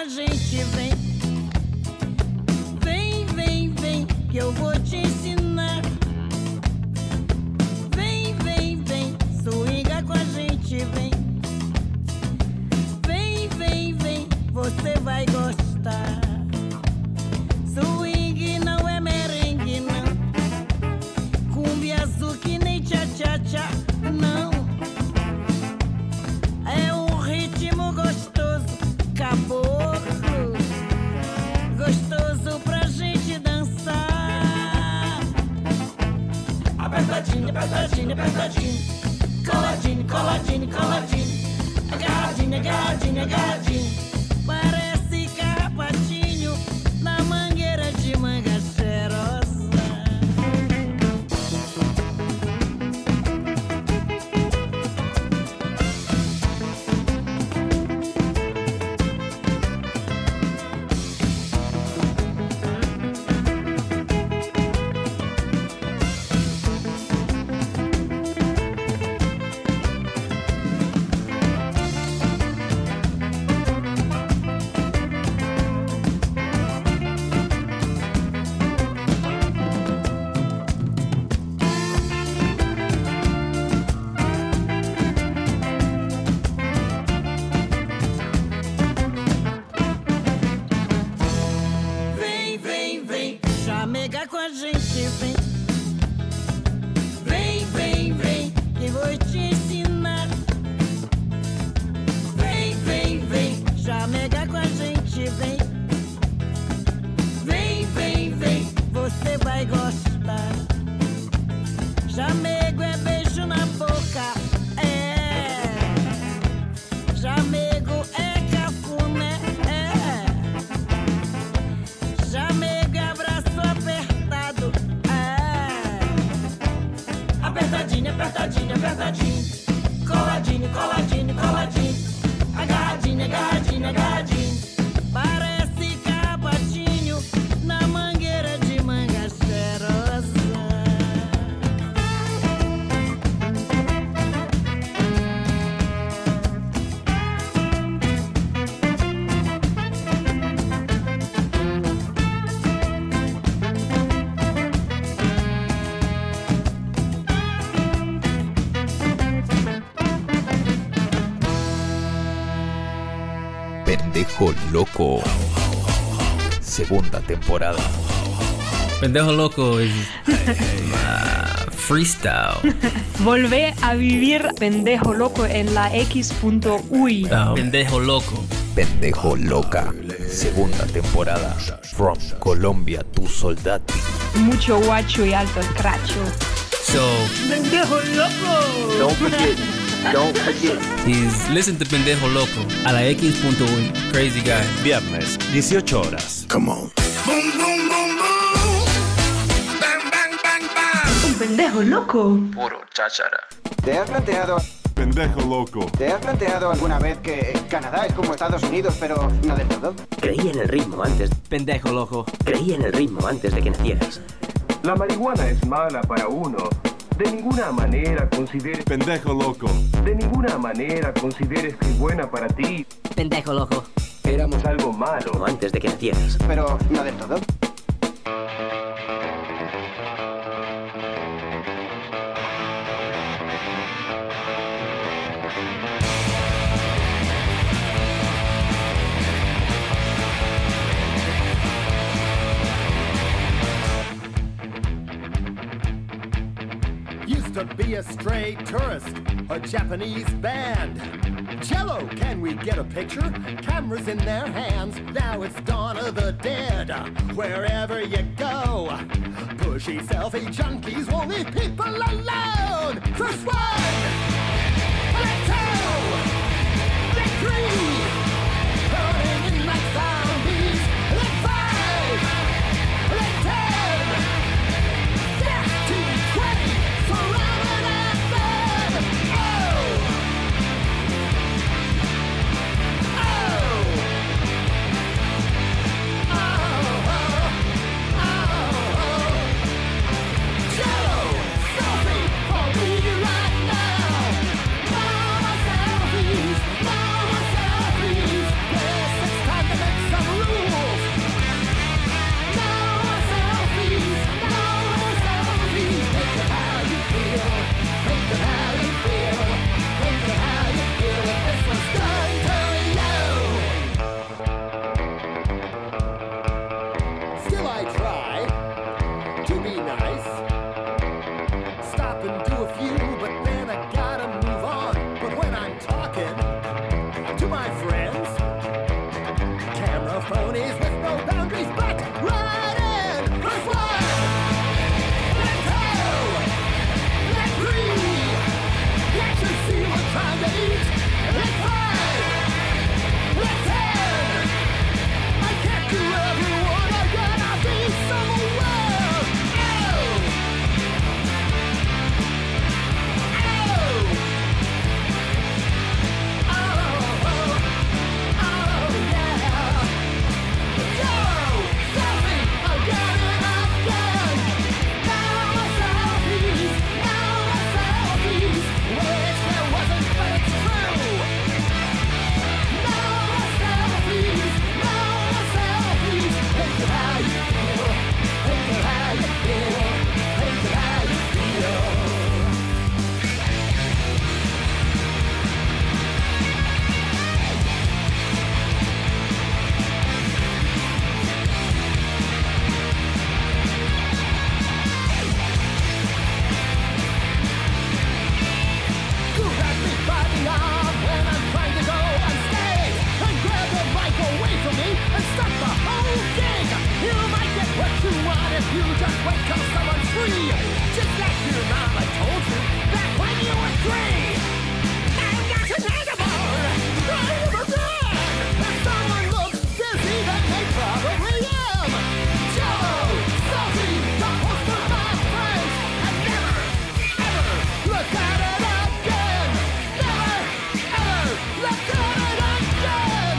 [SPEAKER 10] gente, vem. Vem, vem, vem, que eu vou te ensinar. Vem, vem, vem, swinga com a gente, vem. Vem, vem, vem, você vai gostar. Swing não é merengue, não. Cumbia azul que nem tcha-tcha-tcha, não. É um ritmo gostoso, caboclo, gostoso pra gente dançar. Apertadinho, apertadinho, apertadinho, coladinho, coladinho, coladinho, agarradinho, agarradinho, agarradinho. Parece carrapatinho na mangueira de manga cheirosa. Vem, vem, vem, chamega com a gente, vem. Vem, vem, vem, que vou te ensinar. Vem, vem, vem, chamega com a gente, vem. Vem, vem, vem, você vai gostar. Chamego é beijo na boca, é. Chamego é cafuné, é. Chamego é abraço apertado, é. Apertadinho, apertadinho, apertadinho, coladinho, coladinho, coladinho, agarradinho, agarradinho, agarradinho. Parece carrapatinho na mangueira de manga cheirosa.
[SPEAKER 11] Pendejo Loco. Segunda temporada.
[SPEAKER 13] Pendejo Loco es freestyle.
[SPEAKER 2] Volvé a vivir Pendejo Loco en la X.UI.
[SPEAKER 13] Pendejo Loco.
[SPEAKER 11] Pendejo Loca. Segunda temporada. From Colombia to Soldati.
[SPEAKER 2] Mucho guacho y alto escracho.
[SPEAKER 13] So,
[SPEAKER 2] Pendejo Loco.
[SPEAKER 11] Don't forget.
[SPEAKER 13] He's listen to Pendejo Loco a la X.UI. Crazy guy.
[SPEAKER 4] Viernes, 18 horas.
[SPEAKER 11] Come on.
[SPEAKER 5] Boom, boom, boom, boom. Bang, bang, bang, bang.
[SPEAKER 2] Un pendejo loco.
[SPEAKER 11] Puro cháchara.
[SPEAKER 12] ¿Te has planteado...
[SPEAKER 5] Pendejo loco.
[SPEAKER 12] ¿Te has planteado alguna vez que Canadá es como Estados Unidos, pero no del todo?
[SPEAKER 14] Creí en el ritmo antes. Pendejo loco. Creí en el ritmo antes de que nacieras.
[SPEAKER 15] La marihuana es mala para uno. De ninguna manera consideres...
[SPEAKER 5] Pendejo loco.
[SPEAKER 15] De ninguna manera consideres que es buena para ti.
[SPEAKER 14] Pendejo loco.
[SPEAKER 15] Éramos algo malo.
[SPEAKER 14] Antes de que nacieras.
[SPEAKER 12] Pero no del todo.
[SPEAKER 16] Used to be a stray tourist, a Japanese band. Jello, can we get a picture? Cameras in their hands, now it's Dawn of the Dead. Wherever you go, pushy selfie junkies won't leave people alone. First one, let two, let three, burning in like zombies. Let five, let 10, get to 20, surrounded at them. Oh! Selfies, mama selfies. you, but then I gotta move on. But when I'm talking to my friends, camera phonies with no boundaries, but right in. Let's one, let's two, let's three. Can't you see what time to eat? Let's five, let's 10. I can't do everyone, I gotta be somewhere. Oh, you just wait till someone's free. Just like your mama told you back when you were 3. I'm not deniable. I'm a man. If someone looks busy, then they probably am. Jello, salty, the host of my friends. And never, ever look at it again. Never, ever look at it again.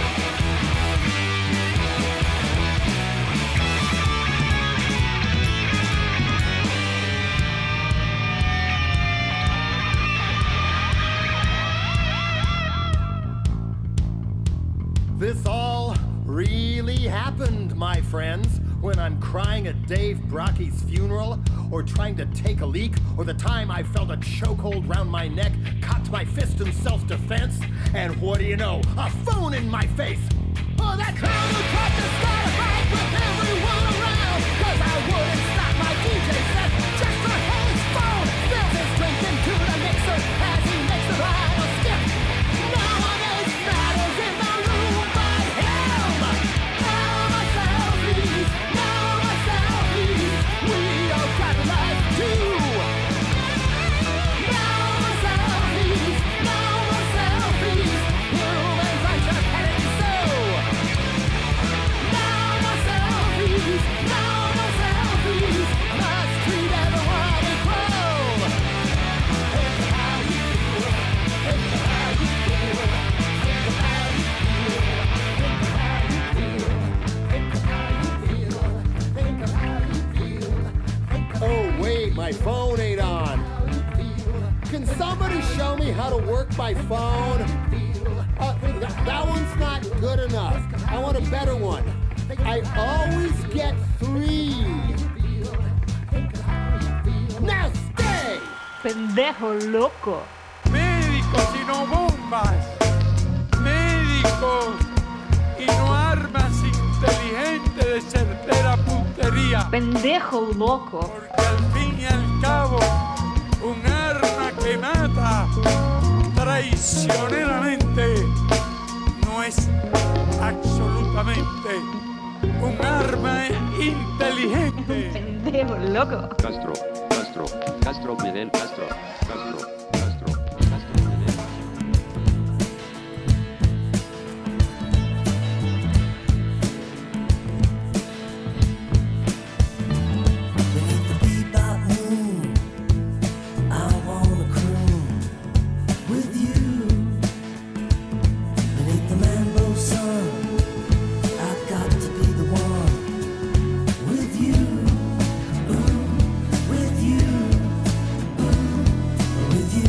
[SPEAKER 16] This all really happened, my friends, when I'm crying at Dave Brocky's funeral, or trying to take a leak, or the time I felt a chokehold round my neck, cocked my fist in self-defense, and what do you know, a phone in my face. Oh, that clown who tried to start a fight with everyone around, 'cause I wouldn't stop my DJ set just for his phone. Fills his drink into the mixer as he makes the vinyl skip. No one else matters in the room but him. Now my selfies, we all got life too. Now my selfies, humans aren't just heading so. Now my selfies, must treat everyone equal. Think of how you feel, think of how you feel, think of how you feel, think of how you feel, think of how you feel, think of how you feel. Oh wait, my phone ain't on. Can somebody show me how to work my phone? That one's not good enough. I want a better one. I always get 3. Now stay!
[SPEAKER 2] Pendejo loco.
[SPEAKER 17] Médicos y no bombas. Médicos y no armas inteligentes de certera puntería.
[SPEAKER 2] Pendejo loco.
[SPEAKER 17] Porque al fin y al cabo, un arma que mata traicioneramente no es absolutamente un arma inteligente.
[SPEAKER 2] Pendejo loco.
[SPEAKER 18] Castro, Fidel Castro.
[SPEAKER 19] With you.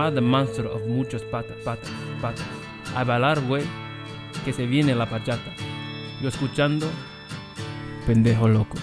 [SPEAKER 13] Mamá the monster of muchas patas. A bailar, güey, que se viene la bachata. Yo escuchando, pendejo loco.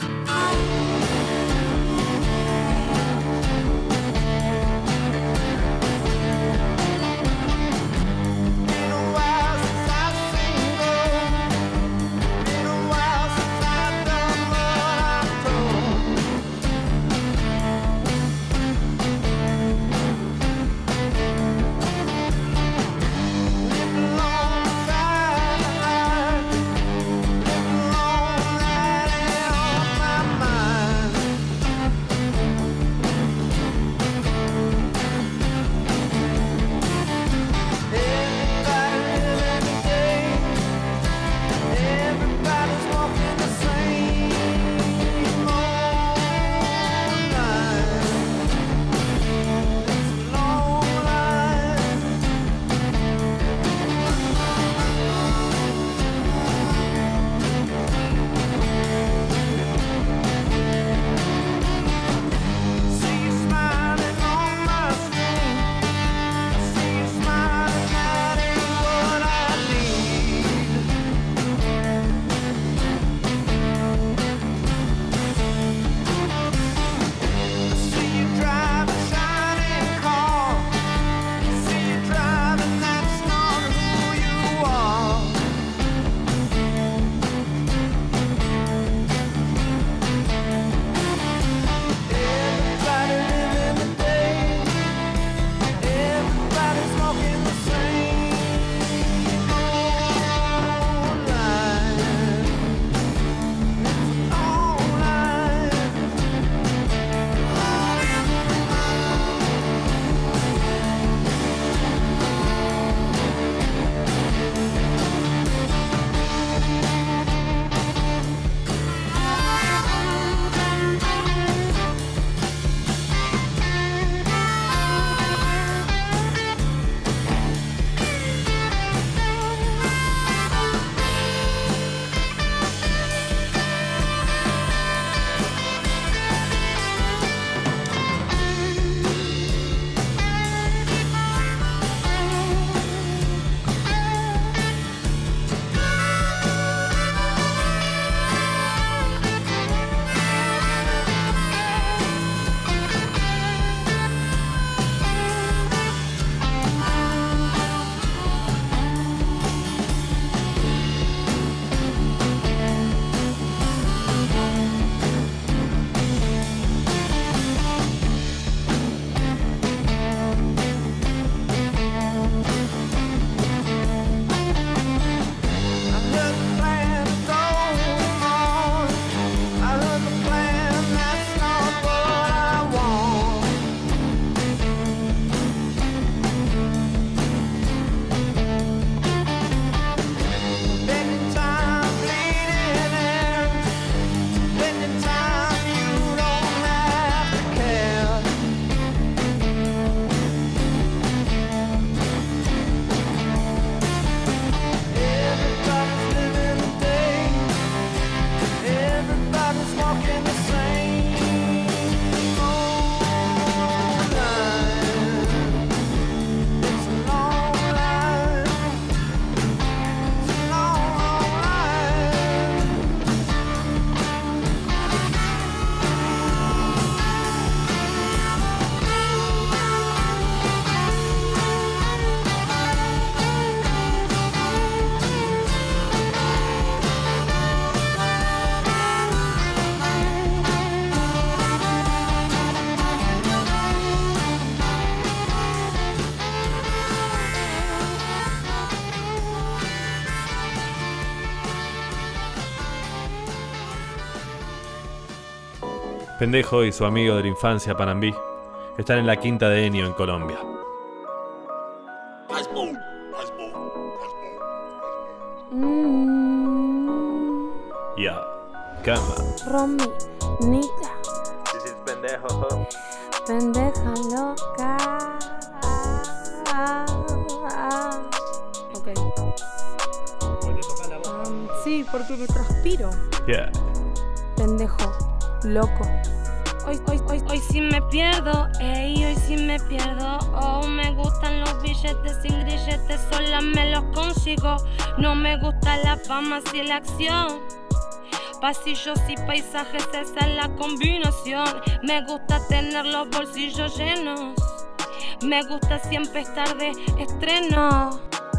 [SPEAKER 4] Pendejo y su amigo de la infancia, Panambí, están en la quinta de Ennio, en Colombia. Ya, cama.
[SPEAKER 3] Romy, Nita.
[SPEAKER 4] This is pendejo.
[SPEAKER 3] Pendeja loca. Ok.
[SPEAKER 2] Sí, porque me transpiro.
[SPEAKER 4] Yeah.
[SPEAKER 3] Pendejo, loco. Hoy sí me pierdo, hoy sí me pierdo. Oh, me gustan los billetes sin grilletes, sola me los consigo. No me gusta la fama, si la acción. Pasillos y paisajes, esa es la combinación. Me gusta tener los bolsillos llenos. Me gusta siempre estar de estreno.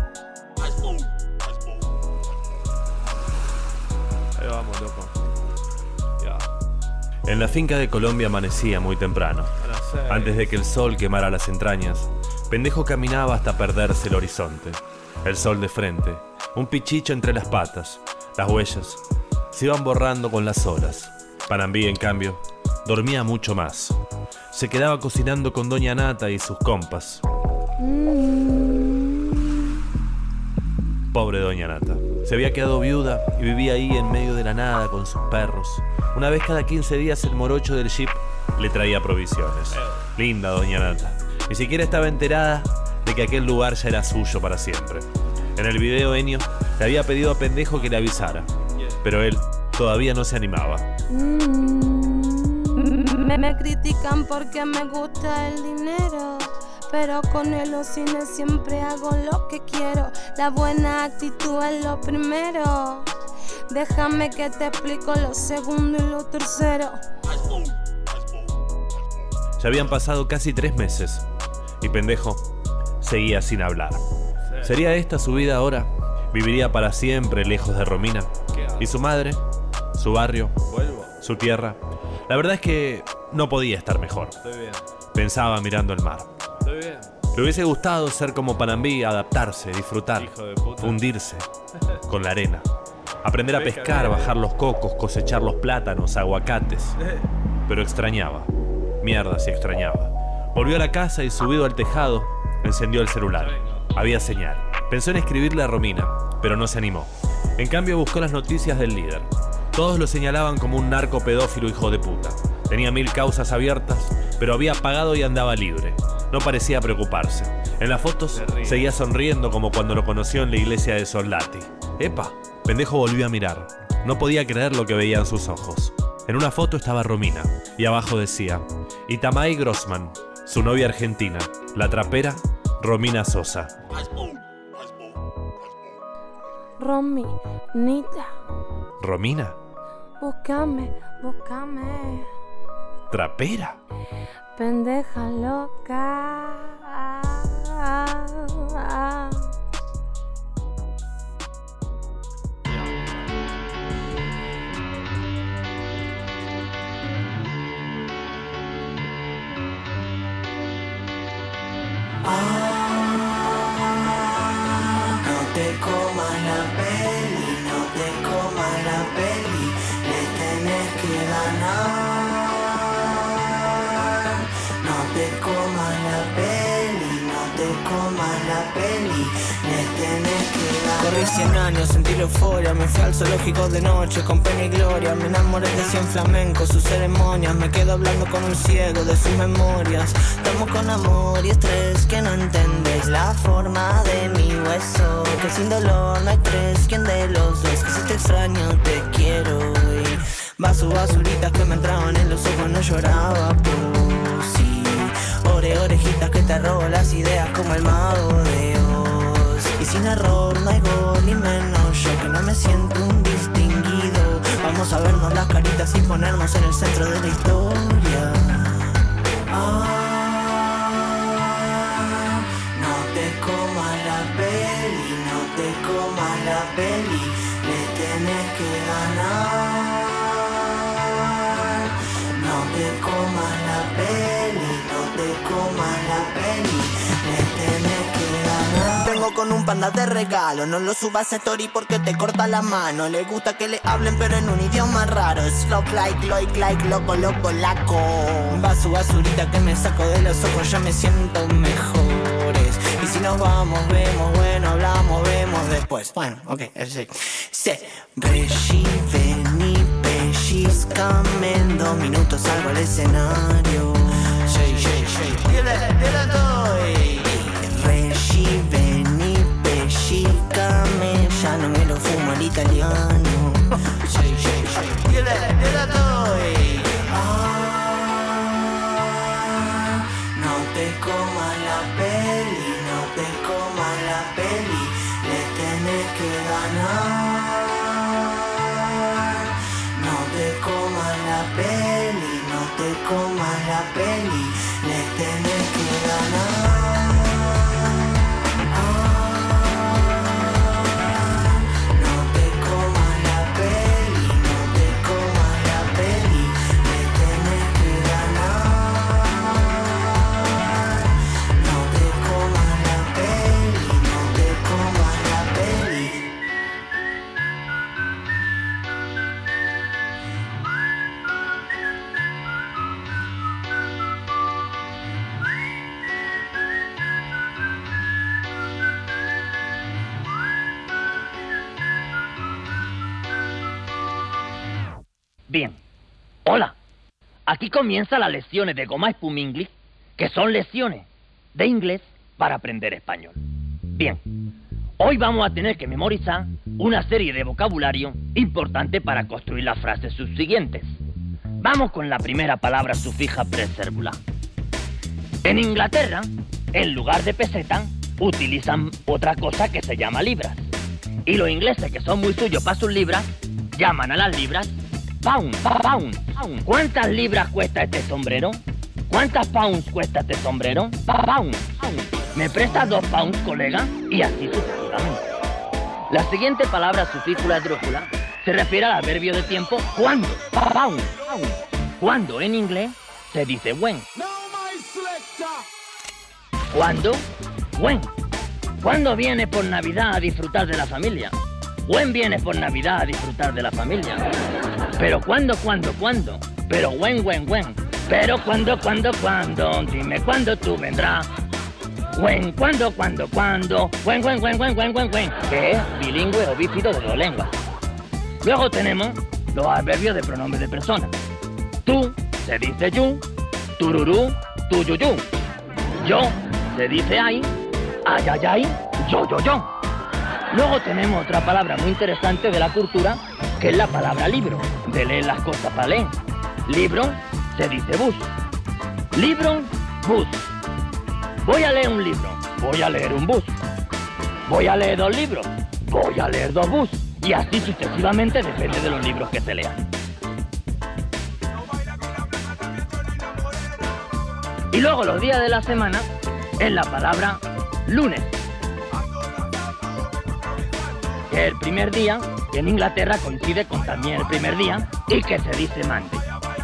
[SPEAKER 4] Ahí vamos, loco. Ya. En la finca de Colombia amanecía muy temprano. Antes de que el sol quemara las entrañas, Pendejo caminaba hasta perderse el horizonte. El sol de frente, un pichicho entre las patas. Las huellas se iban borrando con las horas. Panambí, en cambio, dormía mucho más. Se quedaba cocinando con Doña Nata y sus compas. Pobre Doña Nata. Se había quedado viuda y vivía ahí en medio de la nada con sus perros. Una vez cada 15 días el morocho del jeep le traía provisiones. Linda Doña Nata. Ni siquiera estaba enterada de que aquel lugar ya era suyo para siempre. En el video Ennio le había pedido a Pendejo que le avisara, pero él todavía no se animaba.
[SPEAKER 3] Me critican porque me gusta el dinero, pero con él o sin él siempre hago lo que quiero. La buena actitud es lo primero. Déjame que te explico lo segundo y lo tercero.
[SPEAKER 4] Ya habían pasado casi 3 meses y Pendejo seguía sin hablar. ¿Sería esta su vida ahora? ¿Viviría para siempre lejos de Romina? ¿Y su madre? ¿Su barrio? ¿Su tierra? La verdad es que no podía estar mejor. Pensaba mirando el mar. Le hubiese gustado ser como Panambí, adaptarse, disfrutar, fundirse con la arena. Aprender a pescar, bajar los cocos, cosechar los plátanos, aguacates. Pero extrañaba. Mierda si extrañaba. Volvió a la casa y subido al tejado, encendió el celular. Había señal. Pensó en escribirle a Romina, pero no se animó. En cambio buscó las noticias del líder. Todos lo señalaban como un narco pedófilo hijo de puta. Tenía 1000 causas abiertas, pero había pagado y andaba libre. No parecía preocuparse. En las fotos seguía sonriendo como cuando lo conoció en la iglesia de Soldati. ¡Epa! Pendejo volvió a mirar. No podía creer lo que veía en sus ojos. En una foto estaba Romina, y abajo decía: Itamay Grossman, su novia argentina, la trapera Romina Sosa.
[SPEAKER 3] Rominita.
[SPEAKER 4] ¿Romina?
[SPEAKER 3] Búscame.
[SPEAKER 4] ¿Trapera?
[SPEAKER 3] Pendeja loca.
[SPEAKER 10] No te comas la peli, no te comas la peli, le tenés que ganar. No te comas la peli, no te comas la peli, le tenés que ganar. Corrí 100 años, sentí la euforia, me fui al zoológico de noche con pena y gloria. Me enamoré de 100 flamencos, sus ceremonias, me quedo hablando con un ciego de sus memorias. Estamos con amor y estrés que no entendés la forma de mi hueso, que sin dolor no hay tres, ¿quién de los dos? Que si te extraño te quiero. Y basuritas que me entraban en los ojos, no lloraba por sí. Orejitas que te robo las ideas como el mago de Oz. Y sin error no hay gol ni menos, yo que no me siento un distinguido. Vamos a vernos las caritas y ponernos en el centro de la historia. No te comas la peli, le tenés que ganar. No te comas la peli, le tenés que ganar. Vengo con un panda de regalo, no lo subas a story porque te corta la mano. Le gusta que le hablen pero en un idioma raro. Slow like, loco, laco. Basurita que me saco de los ojos, ya me siento mejores. Y si nos vamos, vemos, bueno, hablamos, vemos después. Bueno, ok, sí. Reggie, vení, pellizcame, en 2 minutos salgo al escenario. Dile todo. Reggie, vení, pellizcame, ya no me lo fumo al italiano. Dile todo.
[SPEAKER 9] Bien. Hola. Aquí comienza las lecciones de Goma Spum English, que son lecciones de inglés para aprender español. Bien. Hoy vamos a tener que memorizar una serie de vocabulario importante para construir las frases subsiguientes. Vamos con la primera palabra sufija presérvula. En Inglaterra, en lugar de peseta, utilizan otra cosa que se llama libras. Y los ingleses, que son muy suyos para sus libras, llaman a las libras pound, pound, pound. ¿Cuántas libras cuesta este sombrero? ¿Cuántas pounds cuesta este sombrero? Pound, pound. ¿Me prestas 2 pounds, colega? Y así sucesivamente. La siguiente palabra sufícula esdrújula se refiere al adverbio de tiempo cuando. Pound, pound. Cuando en inglés se dice when. ¿Cuándo? When. ¿Cuándo vienes por Navidad a disfrutar de la familia? When vienes por Navidad a disfrutar de la familia. Pero ¿cuándo? Pero when. Pero ¿cuándo? Dime cuándo tú vendrás. When, ¿cuándo? When. Que es bilingüe o bífido de 2 lenguas. Luego tenemos los adverbios de pronombre de persona. Tú se dice you, tururú, tuyuyú. Yo se dice ay, ay, yo. Luego tenemos otra palabra muy interesante de la cultura, que es la palabra libro, de leer las cosas para leer. Libro se dice bus. Libro, bus. Voy a leer un libro, voy a leer un bus. Voy a leer 2 libros, voy a leer 2 bus. Y así sucesivamente, depende de los libros que se lean. Y luego los días de la semana es la palabra lunes, que es el primer día, que en Inglaterra coincide con también el primer día, y que se dice Monday.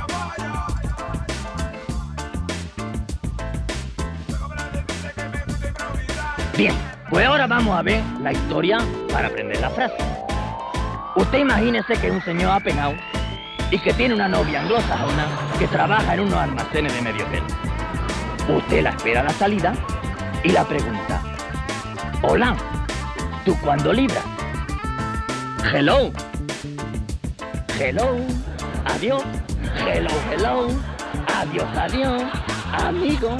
[SPEAKER 9] Bien, pues ahora vamos a ver la historia para aprender la frase. Usted imagínese que es un señor apenado y que tiene una novia anglosajona que trabaja en unos almacenes de medio pelo. Usted la espera a la salida y la pregunta: hola, ¿tú cuándo libras? Hello. Adiós. Hello. Adiós, amigo.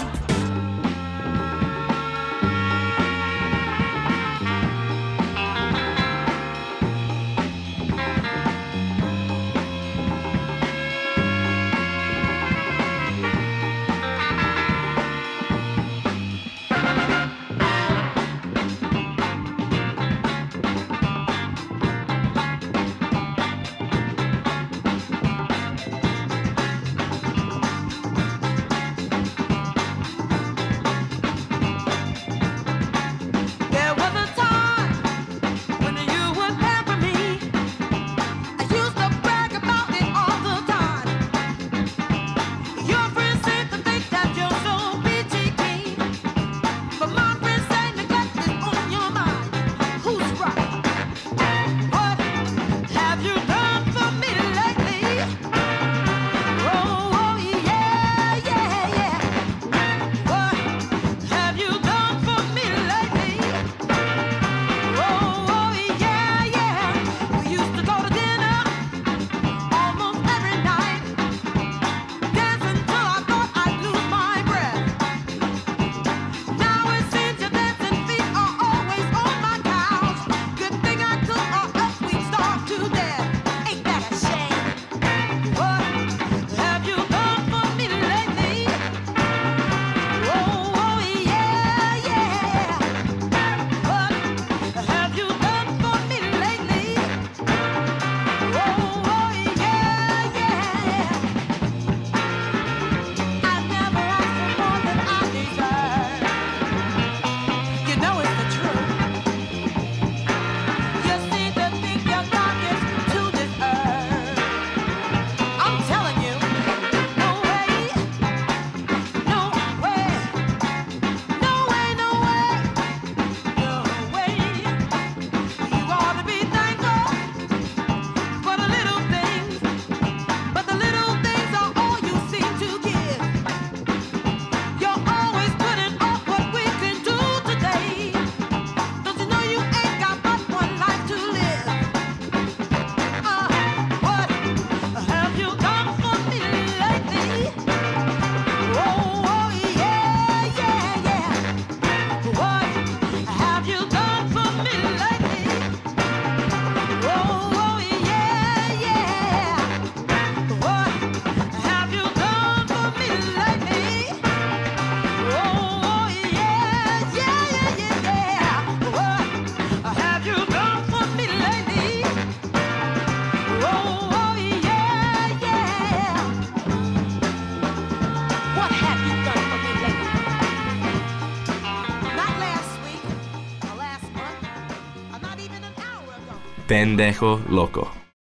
[SPEAKER 19] Pendejo Loco.